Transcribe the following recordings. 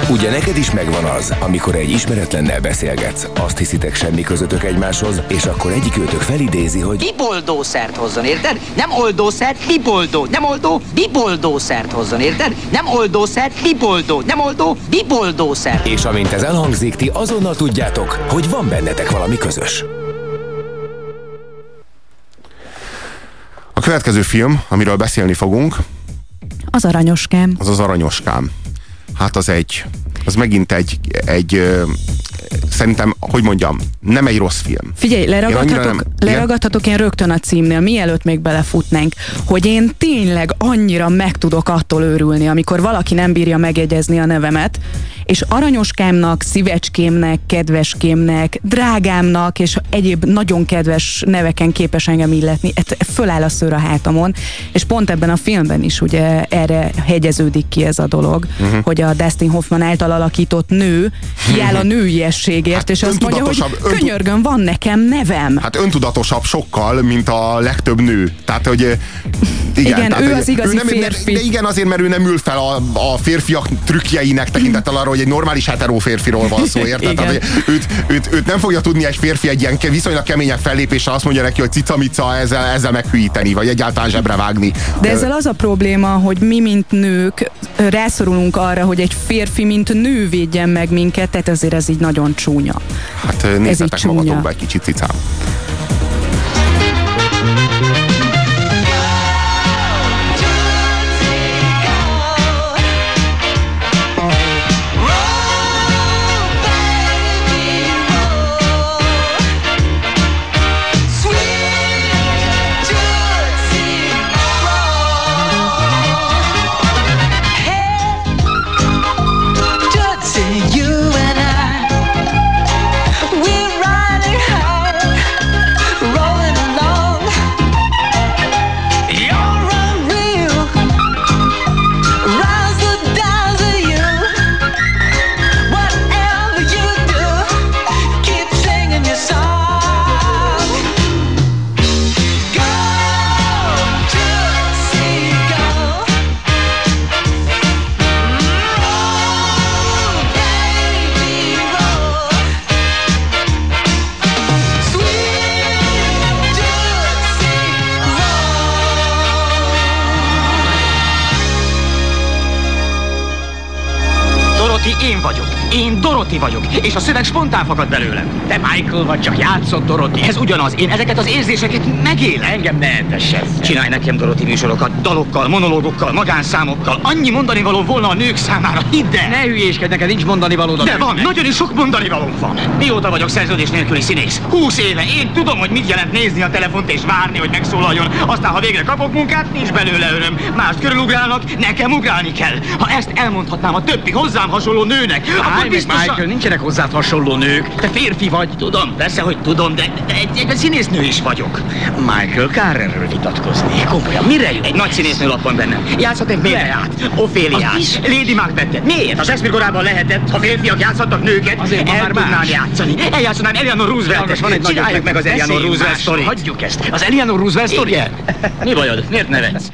Ugye neked is megvan az, amikor egy ismeretlennel beszélgetsz, azt hiszitek semmi közöttök egymáshoz, és akkor egyikőtök felidézi, hogy biboldószert hozzon, érted? Nem oldószert, biboldó. Nem oldó, biboldószert hozzon, érted? Nem oldószert, biboldó. Nem oldó, biboldószert. És amint ez elhangzik, ti azonnal tudjátok, hogy van bennetek valami közös. A következő film, amiről beszélni fogunk, az Aranyoskám. Az Aranyoskám. Hát az megint egy szerintem, hogy mondjam, nem egy rossz film. Figyelj, leragadhatok én rögtön a címnél, mielőtt még belefutnánk, hogy én tényleg annyira meg tudok attól őrülni, amikor valaki nem bírja megjegyezni a nevemet, és Aranyoskámnak, Szívecskémnek, Kedveskémnek, Drágámnak, és egyéb nagyon kedves neveken képes engem illetni. Föláll a szőr a hátamon, és pont ebben a filmben is ugye erre hegyeződik ki ez a dolog, hogy a Dustin Hoffman által alakított nő kiáll a nőiességért, hát és azt mondja, hogy könyörgöm, van nekem nevem. Hát öntudatosabb sokkal, mint a legtöbb nő. Tehát, hogy igen, tehát, ő az igazi férfi. De igen, azért, mert ő nem ül fel a férfiak trükkjeinek tekintettel arra, hogy egy normális hetero férfiról van szó, érted? Tehát, őt nem fogja tudni egy férfi egy ilyen viszonylag keményebb fellépéssel azt mondja neki, hogy cica-mica, ezzel meghűíteni, vagy egyáltalán zsebre vágni. De ezzel az a probléma, hogy mi, mint nők, rászorulunk arra, hogy egy férfi, mint nő védjen meg minket, tehát ezért ez így nagyon csúnya. Hát nézzetek magatokba egy kicsit, cicám. Én vagyok. Én Dorothy vagyok, és a szöveg spontán fakad belőlem. Te Michael vagy, csak játszott Dorothy. Ez ugyanaz, én ezeket az érzéseket megélem. Engem ne etessed. Csinálj nekem Dorothy műsorokat, dalokkal, monológokkal, magánszámokkal. Annyi mondani való volna a nők számára, hidd el! Ne hülyéskedj, neked nincs mondani valód a De van, nagyon is sok mondani valóm van. Mióta vagyok szerződés nélküli színész? 20 éve. Én tudom, hogy mit jelent nézni a telefont és várni, hogy megszólaljon. Aztán, ha végre kapok munkát, nincs belőle öröm. Mást körülugrálnak, nekem ugrálni kell. Ha ezt elmondhatnám a többi hozzám hasonló nőnek, akkor biztosan... Michael, nincsenek hozzád hasonló nők. Te férfi vagy. Tudom, persze, hogy tudom, de egy színésznő is vagyok. Michael, kár erről vitatkozni. Komolyan, mire jön? Egy nagy színésznő lap van bennem. Játszhatok Méreát, Oféliát, Lady Macbethet. Miért? A Shakespeare korában lehetett, ha férfiak játszhattak nőket, azért el tudnám játszani. Eljátszanám Eleanor Roosevelt-et. Csináljuk meg az Eleanor Roosevelt sztorit. Hagyjuk ezt. Az Eleanor Roosevelt sztori? Igen. Mi bajod? Miért nevetsz?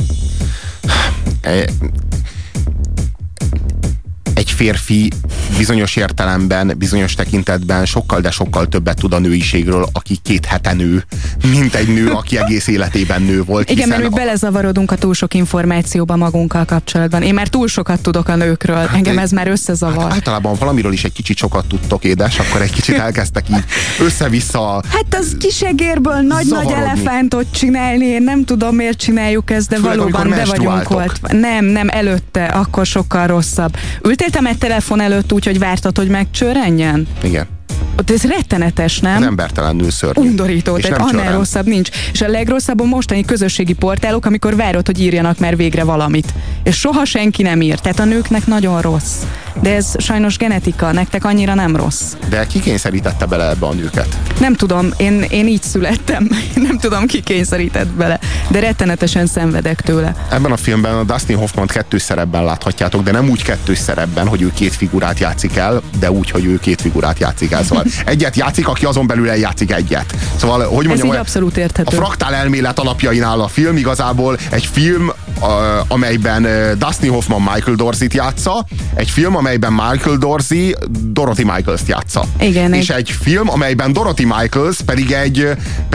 Egy férfi bizonyos értelemben, bizonyos tekintetben sokkal, de sokkal többet tud a nőiségről, aki 2 hete nő, mint egy nő, aki egész életében nő volt. Igen, mert mi belezavarodunk a túl sok információba magunkkal kapcsolatban. Én már túl sokat tudok a nőkről, hát engem ez már összezavar. Hát általában valamiről is egy kicsit sokat tudtok, édes, akkor egy kicsit elkezdtek így össze-vissza. Hát az kisegérből nagy-nagy elefántot csinálni, én nem tudom, miért csináljuk ezt, de főleg, valóban be vagyunk volt. Nem, előtte, akkor sokkal rosszabb. Ültél egy telefon előtt úgy, hogy vártad, hogy megcsörrenjen? Igen. Ez rettenetes, nem? Az embertelenül szörnyű. Undorító, tehát annál rosszabb nincs. És a legrosszabb a mostani közösségi portálok, amikor várod, hogy írjanak már végre valamit. És soha senki nem ír. Tehát a nőknek nagyon rossz. De ez sajnos genetika, nektek annyira nem rossz. De ki kényszerítette bele ebbe a nőket? Nem tudom, én így születtem. Nem tudom, ki kényszerített bele. De rettenetesen szenvedek tőle. Ebben a filmben a Dustin Hoffman 2 szerepben láthatjátok, de nem úgy 2 szerepben, hogy ő 2 figurát játszik el, de úgy, hogy ő 2 figurát játszik el. Szóval egyet játszik, aki azon belül eljátszik egyet. Szóval, hogy mondjam, ez így abszolút érthető. A fraktál elmélet alapjain áll a film, igazából egy film amelyben Dustin Hoffman Michael Dorsey-t játsza, egy film, amelyben Michael Dorsey Dorothy Michaels-t játsza. Igen, és egy film, amelyben Dorothy Michaels pedig egy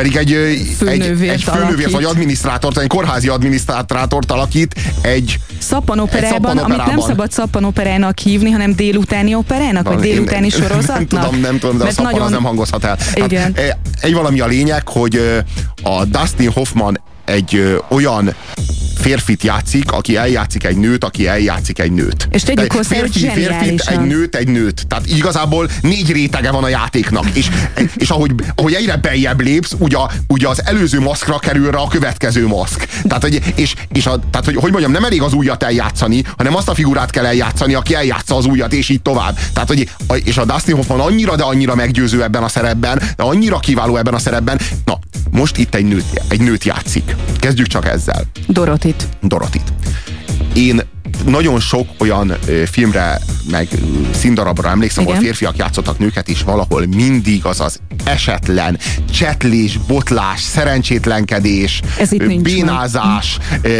főnővért vagy adminisztrátort, egy kórházi adminisztrátort alakít egy szappanoperában, amit nem szabad szappanoperának hívni, hanem délutáni operának, vagy délutáni sorozatnak. Nem tudom, de a szappan nagyon... az nem hangozhat el. Igen. Hát, egy valami a lényeg, hogy a Dustin Hoffman egy olyan férfit játszik, aki eljátszik egy nőt, aki eljátszik egy nőt. És tegyük hozzá, hogy férfit, egy nőt. Tehát igazából 4 rétege van a játéknak. És ahogy egyre beljebb lépsz, ugye az előző maszkra kerül rá a következő maszk. Tehát, hogy mondjam, nem elég az ujjat eljátszani, hanem azt a figurát kell eljátszani, aki eljátsza az ujjat, és így tovább. Tehát, és a Dustin Hoffman annyira meggyőző ebben a szerepben, de annyira kiváló ebben a szerepben. Na, most itt egy nőt játszik. Kezdjük csak ezzel. Dorotit. Én nagyon sok olyan filmre, meg színdarabra emlékszem, ahol férfiak játszottak nőket, és valahol mindig az esetlen csetlés, botlás, szerencsétlenkedés, bénázás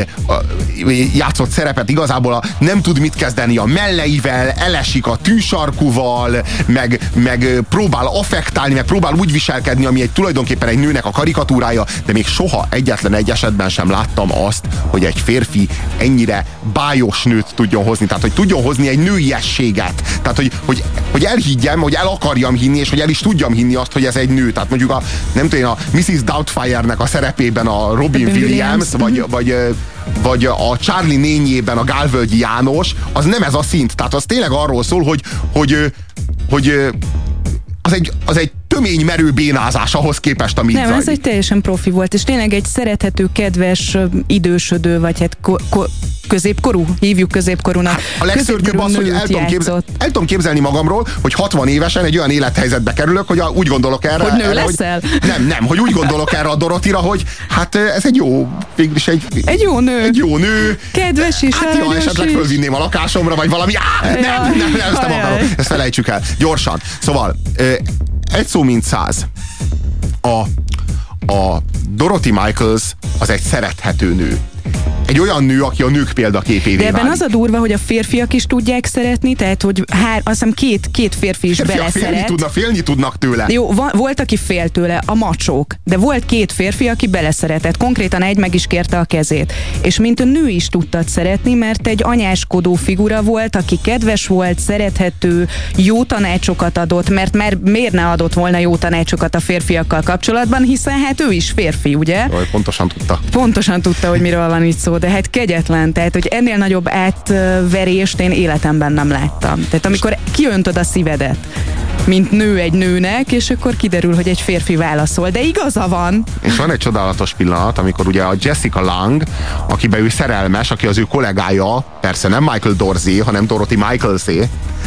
játszott szerepet. Igazából nem tud mit kezdeni a melleivel, elesik a tűsarkuval, meg próbál affektálni, meg próbál úgy viselkedni, ami tulajdonképpen egy nőnek a karikatúrája, de még soha egyetlen egy esetben sem láttam azt, hogy egy férfi ennyire bájos nőt tudjon hozni. Tehát, hogy tudjon hozni egy nőiességet. Tehát, hogy elhiggyem, hogy el akarjam hinni, és hogy el is tudjam hinni azt, hogy ez egy nő. Tehát mondjuk a Mrs. Doubtfire-nek a szerepében a Robin Williams, vagy a Charlie nényében a Gálvölgyi János, az nem ez a szint. Tehát az tényleg arról szól, hogy az egy tömény merő bénázás ahhoz képest, amit nem, ez egy teljesen profi volt, és tényleg egy szerethető, kedves, idősödő, vagy hát középkorú, hívjuk középkorúnak. Hát a legszörnyűbb az, hogy el tudom képzelni magamról, hogy 60 évesen egy olyan élethelyzetbe kerülök, hogy úgy gondolok erre. Hogy nő leszel? Hogy úgy gondolok erre a Dorothira, hogy hát ez egy jó, végülis egy jó nő. Egy jó nő. Kedves is, hát ja, esetleg fölvinném a lakásomra, vagy valami. Nem, ezt nem akarom. Ezt felejtsük el. Gyorsan. Szóval, egy szó mint 100. A Dorothy Michaels az egy szerethető nő. Egy olyan nő, aki a nők példaképévé válik. De ebben az a durva, hogy a férfiak is tudják szeretni, tehát hogy azt hiszem két férfi is beleszeret. Félni tudnak tőle. Jó, volt, aki fél tőle, a macsók, de volt 2 férfi, aki beleszeretett. Konkrétan egy meg is kérte a kezét. És mint a nő is tudtad szeretni, mert egy anyáskodó figura volt, aki kedves volt, szerethető, jó tanácsokat adott, mert miért ne adott volna jó tanácsokat a férfiakkal kapcsolatban, hiszen hát ő is férfi, ugye? Pontosan tudta, hogy miről van itt szó, de hát kegyetlen, tehát hogy ennél nagyobb átverést én életemben nem láttam. Tehát amikor kiöntöd a szívedet, mint nő egy nőnek, és akkor kiderül, hogy egy férfi válaszol, de igaza van. És van egy csodálatos pillanat, amikor ugye a Jessica Lange, akiben ő szerelmes, aki az ő kollégája, persze nem Michael Dorsey, hanem Dorothy Michaelsé,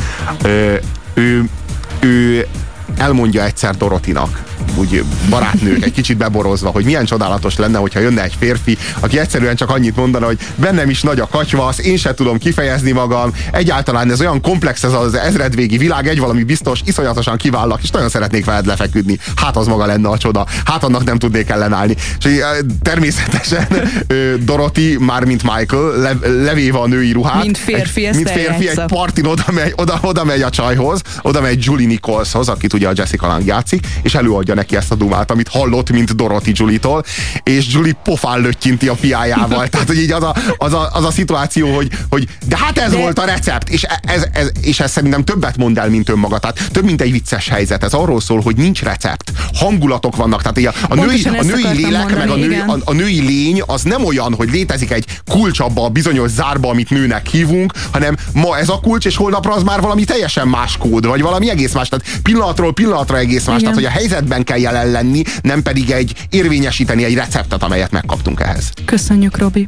ő elmondja egyszer Dorothynak, úgy barátnők, egy kicsit beborozva, hogy milyen csodálatos lenne, hogyha jönne egy férfi, aki egyszerűen csak annyit mondana, hogy bennem is nagy a katyvasz, én se tudom kifejezni magam, egyáltalán ez olyan komplex ez az ezredvégi világ, egy valami biztos, iszonyatosan kivállak, és nagyon szeretnék veled lefeküdni. Hát az maga lenne a csoda. Hát annak nem tudnék ellenállni. És természetesen Dorothy, már mint Michael, levéve a női ruhát. Mint férfi egy partin oda megy a csajhoz, oda megy Julie Nicholshoz, akit ugye a Jessica Lange játszik, és előadja neki ezt a dumát, amit hallott, mint Dorothy Julie-tól, és Julie pofán löttyinti a piájával. Tehát, hogy így az a szituáció, hogy de hát ez volt a recept, és ez szerintem többet mond el, mint önmaga. Tehát több, mint egy vicces helyzet. Ez arról szól, hogy nincs recept. Hangulatok vannak. Tehát a női lélek, mondani, meg a női lény az nem olyan, hogy létezik egy kulcs abba a bizonyos zárba, amit nőnek hívunk, hanem ma ez a kulcs, és holnapra az már valami teljesen más kód, vagy valami egész más. Tehát pillanatról pillanatra egész más. Tehát, hogy a helyzetben kell jelen lenni, nem pedig érvényesíteni egy receptet, amelyet megkaptunk ehhez. Köszönjük, Robi!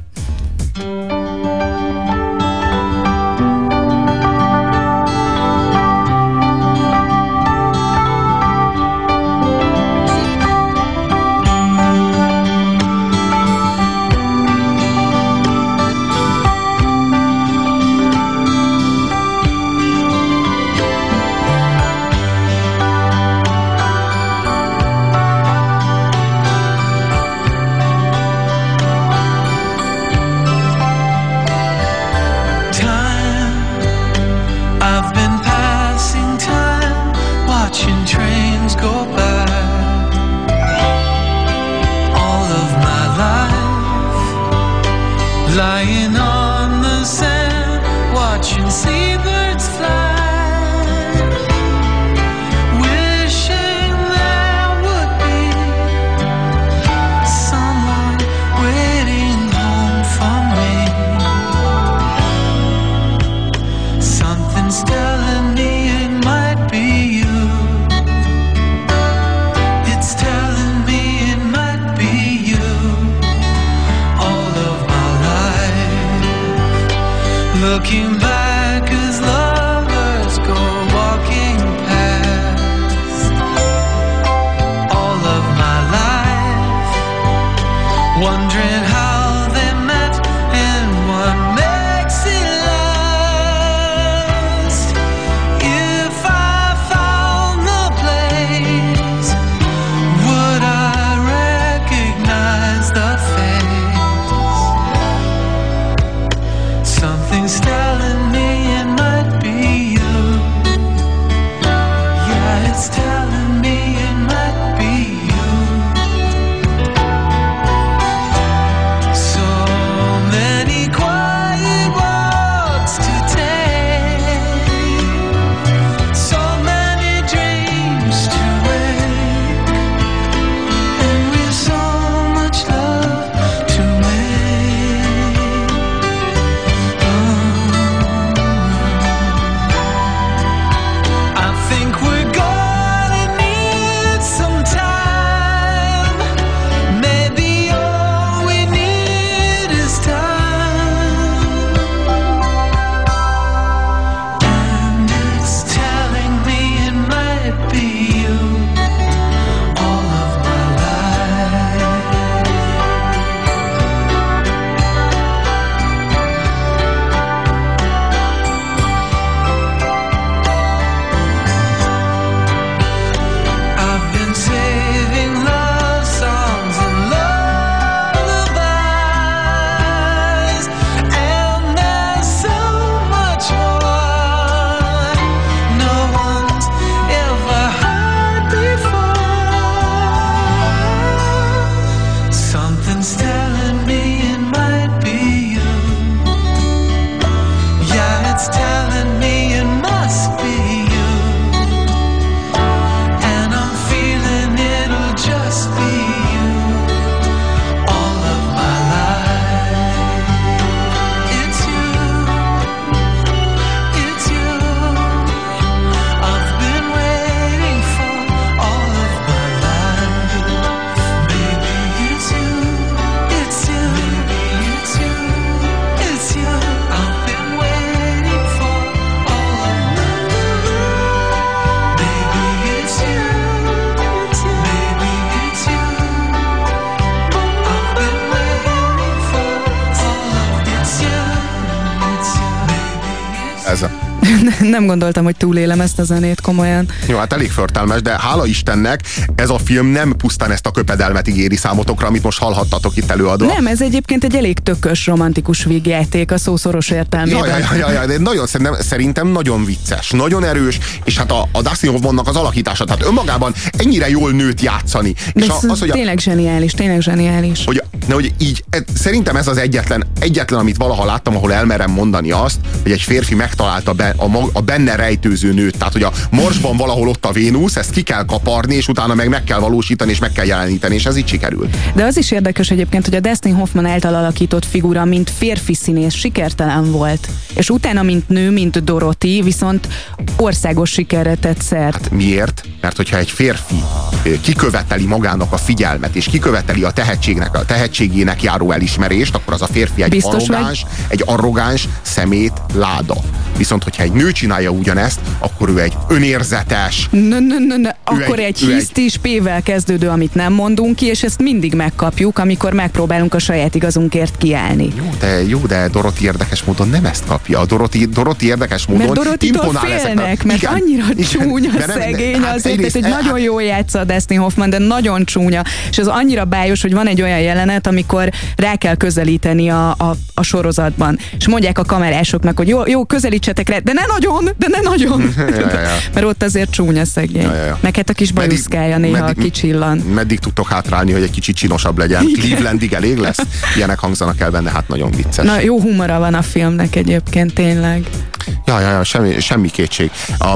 Nem gondoltam, hogy túlélem ezt a zenét komolyan. Jó, hát elég förtelmes, de hála Istennek ez a film nem pusztán ezt a köpedelmet ígéri számotokra, amit most hallhattatok itt előadva. Nem, ez egyébként egy elég tökös romantikus vígjáték a szó szoros értelmében. De nagyon, szerintem nagyon vicces, nagyon erős, és hát a Dustin Hoffmannak az alakítása, tehát önmagában ennyire jól nőtt játszani. De és az, hogy tényleg zseniális, tényleg zseniális. Hogy így, szerintem ez az egyetlen, amit valaha láttam, ahol elmerem mondani azt, hogy egy férfi megtalálta a benne rejtőző nőt. Tehát, hogy a Marsban valahol ott a Vénusz, ezt ki kell kaparni, és utána meg kell valósítani, és meg kell jeleníteni, és ez így sikerült. De az is érdekes egyébként, hogy a Dustin Hoffman által alakított figura, mint férfi színész sikertelen volt. És utána, mint nő, mint Dorothy, viszont országos sikerre tett szert. Hát miért? Mert hogyha egy férfi kiköveteli magának a figyelmet, és kiköveteli a tehetségének járó elismerést, akkor az a férfi egy arrogáns szemét láda. Viszont, hogyha egy nő csinálja ugyanezt, akkor ő egy önérzetes... Akkor egy hisztis P-vel kezdődő, amit nem mondunk ki, és ezt mindig megkapjuk, amikor megpróbálunk a saját igazunkért kiállni. Jó, de Dorothy érdekes módon nem ezt kapja. A Dorothy érdekes módon mert Dorothy-tól félnek, mert igen, annyira csúnya szegény azért, hogy nagyon jól játsza a Dustin Hoffman, de nagyon csúnya. És az annyira bájos, hogy van egy olyan jelenet, amikor rá kell közelíteni a sorozatban. És mondják a kamerásoknak, hogy jó, közelítsetek rá, de ne nagyon! Mert ott azért csúnya szegény. Meg hát a kis bajuszkája néha kicsillan. Meddig tudtok hátrálni, hogy egy kicsit csinosabb legyen? Clevelandig elég lesz? Ilyenek hangzanak el benne, hát nagyon vicces. Na, jó humora van a filmnek egyébként, tényleg. Semmi kétség.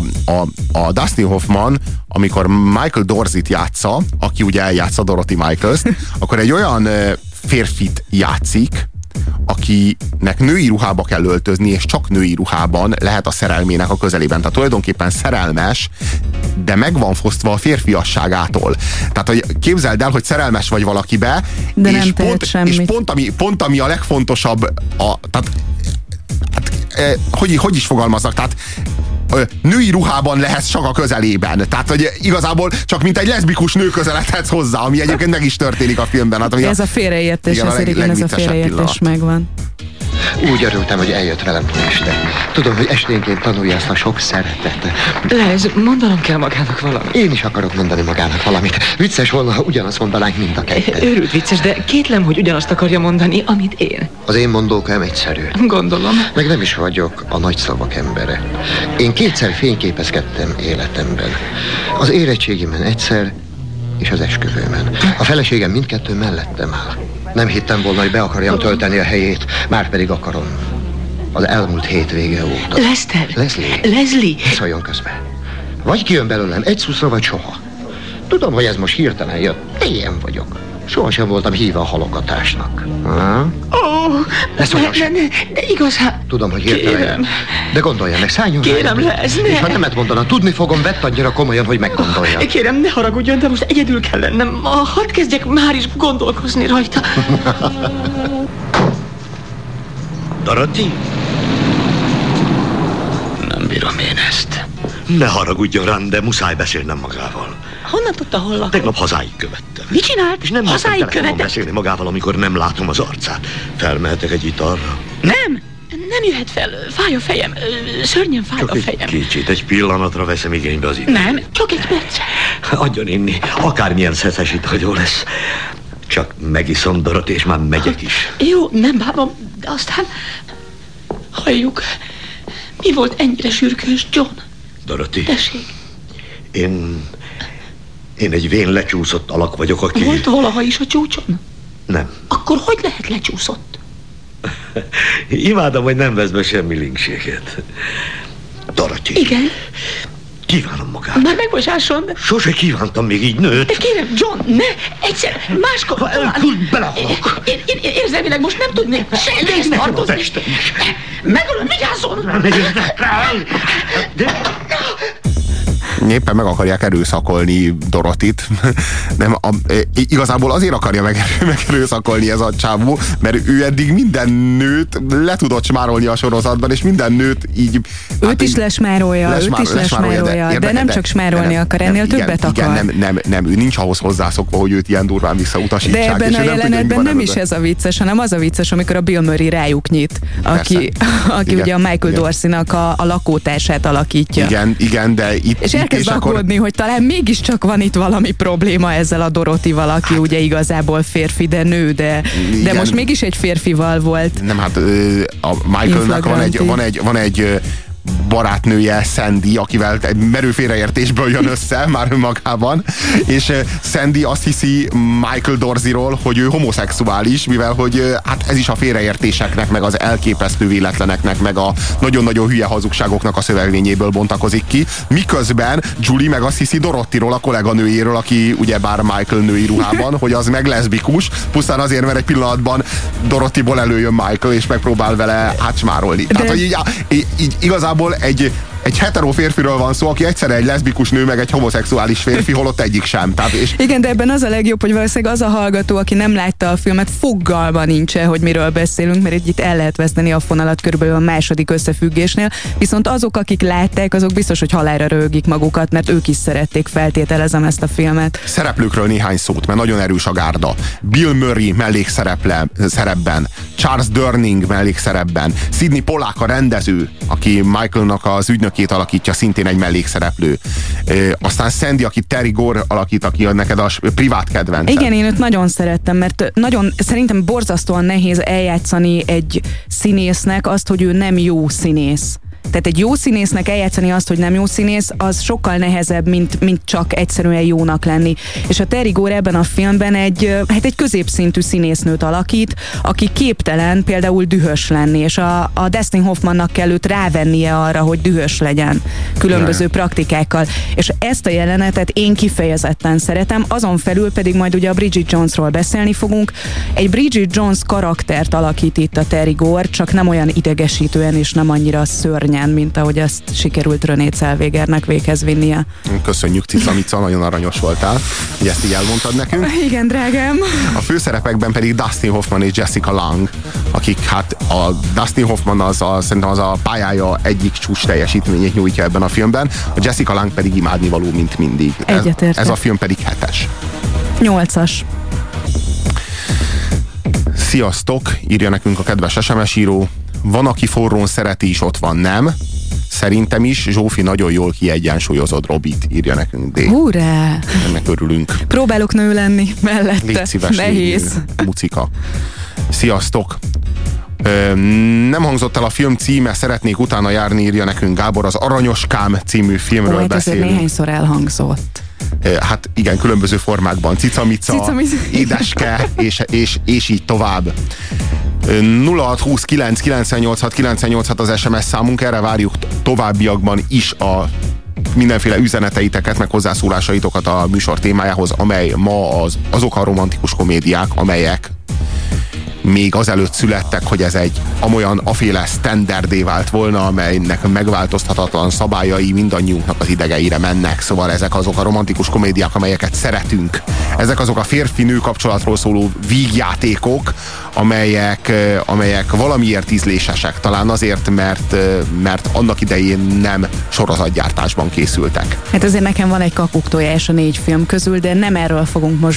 A Dustin Hoffman, amikor Michael Dorsey-t játsza, aki ugye eljátsza Dorothy Michaels-t, akkor egy olyan férfit játszik, akinek női ruhába kell öltözni, és csak női ruhában lehet a szerelmének a közelében. Tehát tulajdonképpen szerelmes, de meg van fosztva a férfiasságától. Tehát, hogy képzeld el, hogy szerelmes vagy valakibe, de és nem pont ami a legfontosabb, hogy is fogalmaznak, tehát női ruhában lehetsz csak a közelében. Tehát, hogy igazából csak mint egy leszbikus nő közeledhetsz hozzá, ami egyébként meg is történik a filmben. Hát, ez a félreértés, ez a félreértés megvan. Úgy örültem, hogy eljött velem este. Tudom, hogy esténként tanulja azt a sok szeretetet. Lez, mondanom kell magának valamit. Én is akarok mondani magának valamit. Vicces volna, ha ugyanazt mondanánk mind a ketten. Őrült vicces, de kétlem, hogy ugyanazt akarja mondani, amit én. Az én mondókám egyszerű. Gondolom. Meg nem is vagyok a nagy szavak embere. Én kétszer fényképezkedtem életemben. Az érettségimen egyszer, és az esküvőmen. A feleségem mindkettő mellettem áll. Nem hittem volna, hogy be akarjam tölteni a helyét, már pedig akarom. Az elmúlt hétvége óta. Lester! Leslie! Szóljon közbe. Vagy kijön belőlem egy szuszra, vagy soha. Tudom, hogy ez most hirtelen jött, de ilyen vagyok. Sohasem voltam híve a halogatásnak. De igazán... Tudom, hogy hirtelen jön. De gondolja meg, szálljon rá. Kérem, Lez, ne! És ha nemet mondana, tudni fogom, vett annyira komolyan, hogy meggondolja. Kérem, ne haragudjon, de most egyedül kell lennem. Hadd kezdjek már is gondolkozni rajta. Dorothy? Nem bírom én ezt. Ne haragudjon rám, de muszáj beszélnem magával. Honnan tudta, hol lakok? Tegnap hazáig követtem. Mit csinált? És nem hazáig követett? Beszélni magával, amikor nem látom az arcát. Felmehetek egy italra? Nem jöhet fel. Fáj a fejem. Szörnyen fáj a fejem. Csak egy kicsit, egy pillanatra veszem igénybe az időt. Nem, csak egy perc. Adjon inni. Akármilyen szeszes ital lesz. Csak megiszom, Dorothy, és már megyek is. Jó, nem bánom, de aztán... Halljuk. Mi volt ennyire sürgős, John? Dorothy. Tessék. Én egy vén lecsúszott alak vagyok, aki... Volt valaha is a csúcson? Nem. Akkor hogy lehet lecsúszott? Imádom, hogy nem vesz be semmi linkséget. Dorothy. Igen? Kívánom magát. Már megbocsáson. Sose kívántam még így nőt. De kérem, John, ne! Egyszer, máskor... Ha elküld, belehalok. Én érzelmileg most nem tudnék senkihez tartozni. Megölöm, vigyázzon! Nem megyek rá. Éppen meg akarják erőszakolni Dorotit. Nem, igazából azért akarja megerőszakolni ez a csávó, mert ő eddig minden nőt le tudott smárolni a sorozatban, és minden nőt így... Őt is lesmárolja, de nem csak smárolni akar, ennél többet akar. Nem, ő nincs ahhoz hozzászokva, hogy őt ilyen durván visszautasítsák. De ebben a jelenetben nem is ez a vicces, hanem az a vicces, amikor a Bill Murray rájuk nyit, aki ugye a Michael Dorsey-nak a lakótársát alakítja. Igen, de itt... És elkezd aggódni, hogy talán mégiscsak van itt valami probléma ezzel a Dorotival, aki ugye igazából férfi, de nő, de most mégis egy férfival volt. Nem, hát a Michaelnek van egy barátnője, Sandy, akivel egy merő félreértésből jön össze már önmagában, és Sandy azt hiszi Michael Dorseyról, hogy ő homoszexuális, mivel hogy hát ez is a félreértéseknek, meg az elképesztő véletleneknek, meg a nagyon-nagyon hülye hazugságoknak a szövevényéből bontakozik ki, miközben Julie meg azt hiszi Dorothyról, a kolléganőjéről, aki ugyebár Michael női ruhában, hogy az meg leszbikus, pusztán azért, mert egy pillanatban Dorothyból előjön Michael, és megpróbál vele átsmárolni. Tehát, hogy így igazából egy hetero férfiről van szó, aki egyszerre egy leszbikus nő, meg egy homoszexuális férfi, holott egyik sem. Tehát, igen, de ebben az a legjobb, hogy valószínűleg az a hallgató, aki nem látta a filmet, fogalma nincsen, hogy miről beszélünk, mert itt el lehet veszteni a fonalat körülbelül a második összefüggésnél, viszont azok, akik látták, azok biztos, hogy halálra röhögik magukat, mert ők is szerették, feltételezem, ezt a filmet. Szereplőkről néhány szót, mert nagyon erős a gárda. Bill Murray mellékszerepben, Charles Durning mellékszerepben, Sidney Pollack a rendező, aki Michaelnak az ügynökét alakítja, szintén egy mellékszereplő. Aztán Sandy, aki Terry Gore alakít, aki neked a privát kedvenced. Igen, én őt nagyon szerettem, mert szerintem borzasztóan nehéz eljátszani egy színésznek azt, hogy ő nem jó színész. Tehát egy jó színésznek eljátszani azt, hogy nem jó színész, az sokkal nehezebb, mint csak egyszerűen jónak lenni. És a Terry Gore ebben a filmben egy középszintű színésznőt alakít, aki képtelen például dühös lenni, és a Dustin Hoffmannak kell őt rávennie arra, hogy dühös legyen különböző praktikákkal. És ezt a jelenetet én kifejezetten szeretem, azon felül pedig majd ugye a Bridget Jonesról beszélni fogunk. Egy Bridget Jones karaktert alakít itt a Terry Gore, csak nem olyan idegesítően és nem annyira szörnyen, mint ahogy ezt sikerült René Zellwegernek véghez vinnie. Köszönjük, Cica, nagyon aranyos voltál, hogy ezt így elmondtad nekünk. Igen, drágám. A főszerepekben pedig Dustin Hoffman és Jessica Lange, akik hát a Dustin Hoffman szerintem az a pályája egyik csúcs teljesítményét nyújtja ebben a filmben, a Jessica Lange pedig imádnivaló, mint mindig. Ez a film pedig 7-es. 8-as. Sziasztok, írja nekünk a kedves SMS író. Van, aki forrón szereti is, ott van, nem? Szerintem is Zsófi nagyon jól kiegyensúlyozott Robit, írja nekünk D. Hurrá! Ennek örülünk. Próbálok nő lenni mellette. Légy szíves, nehéz. Mucika. Sziasztok! Nem hangzott el a film címe, szeretnék utána járni, írja nekünk Gábor. Az Aranyoskám című filmről beszélünk. Ez néhányszor elhangzott. Hát igen, különböző formákban. Cicamica, édeske, és így tovább. 0629986986 az SMS számunk, erre várjuk továbbiakban is a mindenféle üzeneteiteket, meg hozzászólásaitokat a műsor témájához, amely ma azok a romantikus komédiák, amelyek még azelőtt születtek, hogy ez egy amolyan aféle sztenderdé vált volna, amelynek megváltoztathatatlan szabályai mindannyiunknak az idegeire mennek. Szóval ezek azok a romantikus komédiák, amelyeket szeretünk. Ezek azok a férfi-nő kapcsolatról szóló vígjátékok, amelyek valamiért ízlésesek. Talán azért, mert annak idején nem sorozatgyártásban készültek. Hát azért nekem van egy kakuktojás a 4 film közül, de nem erről fogunk most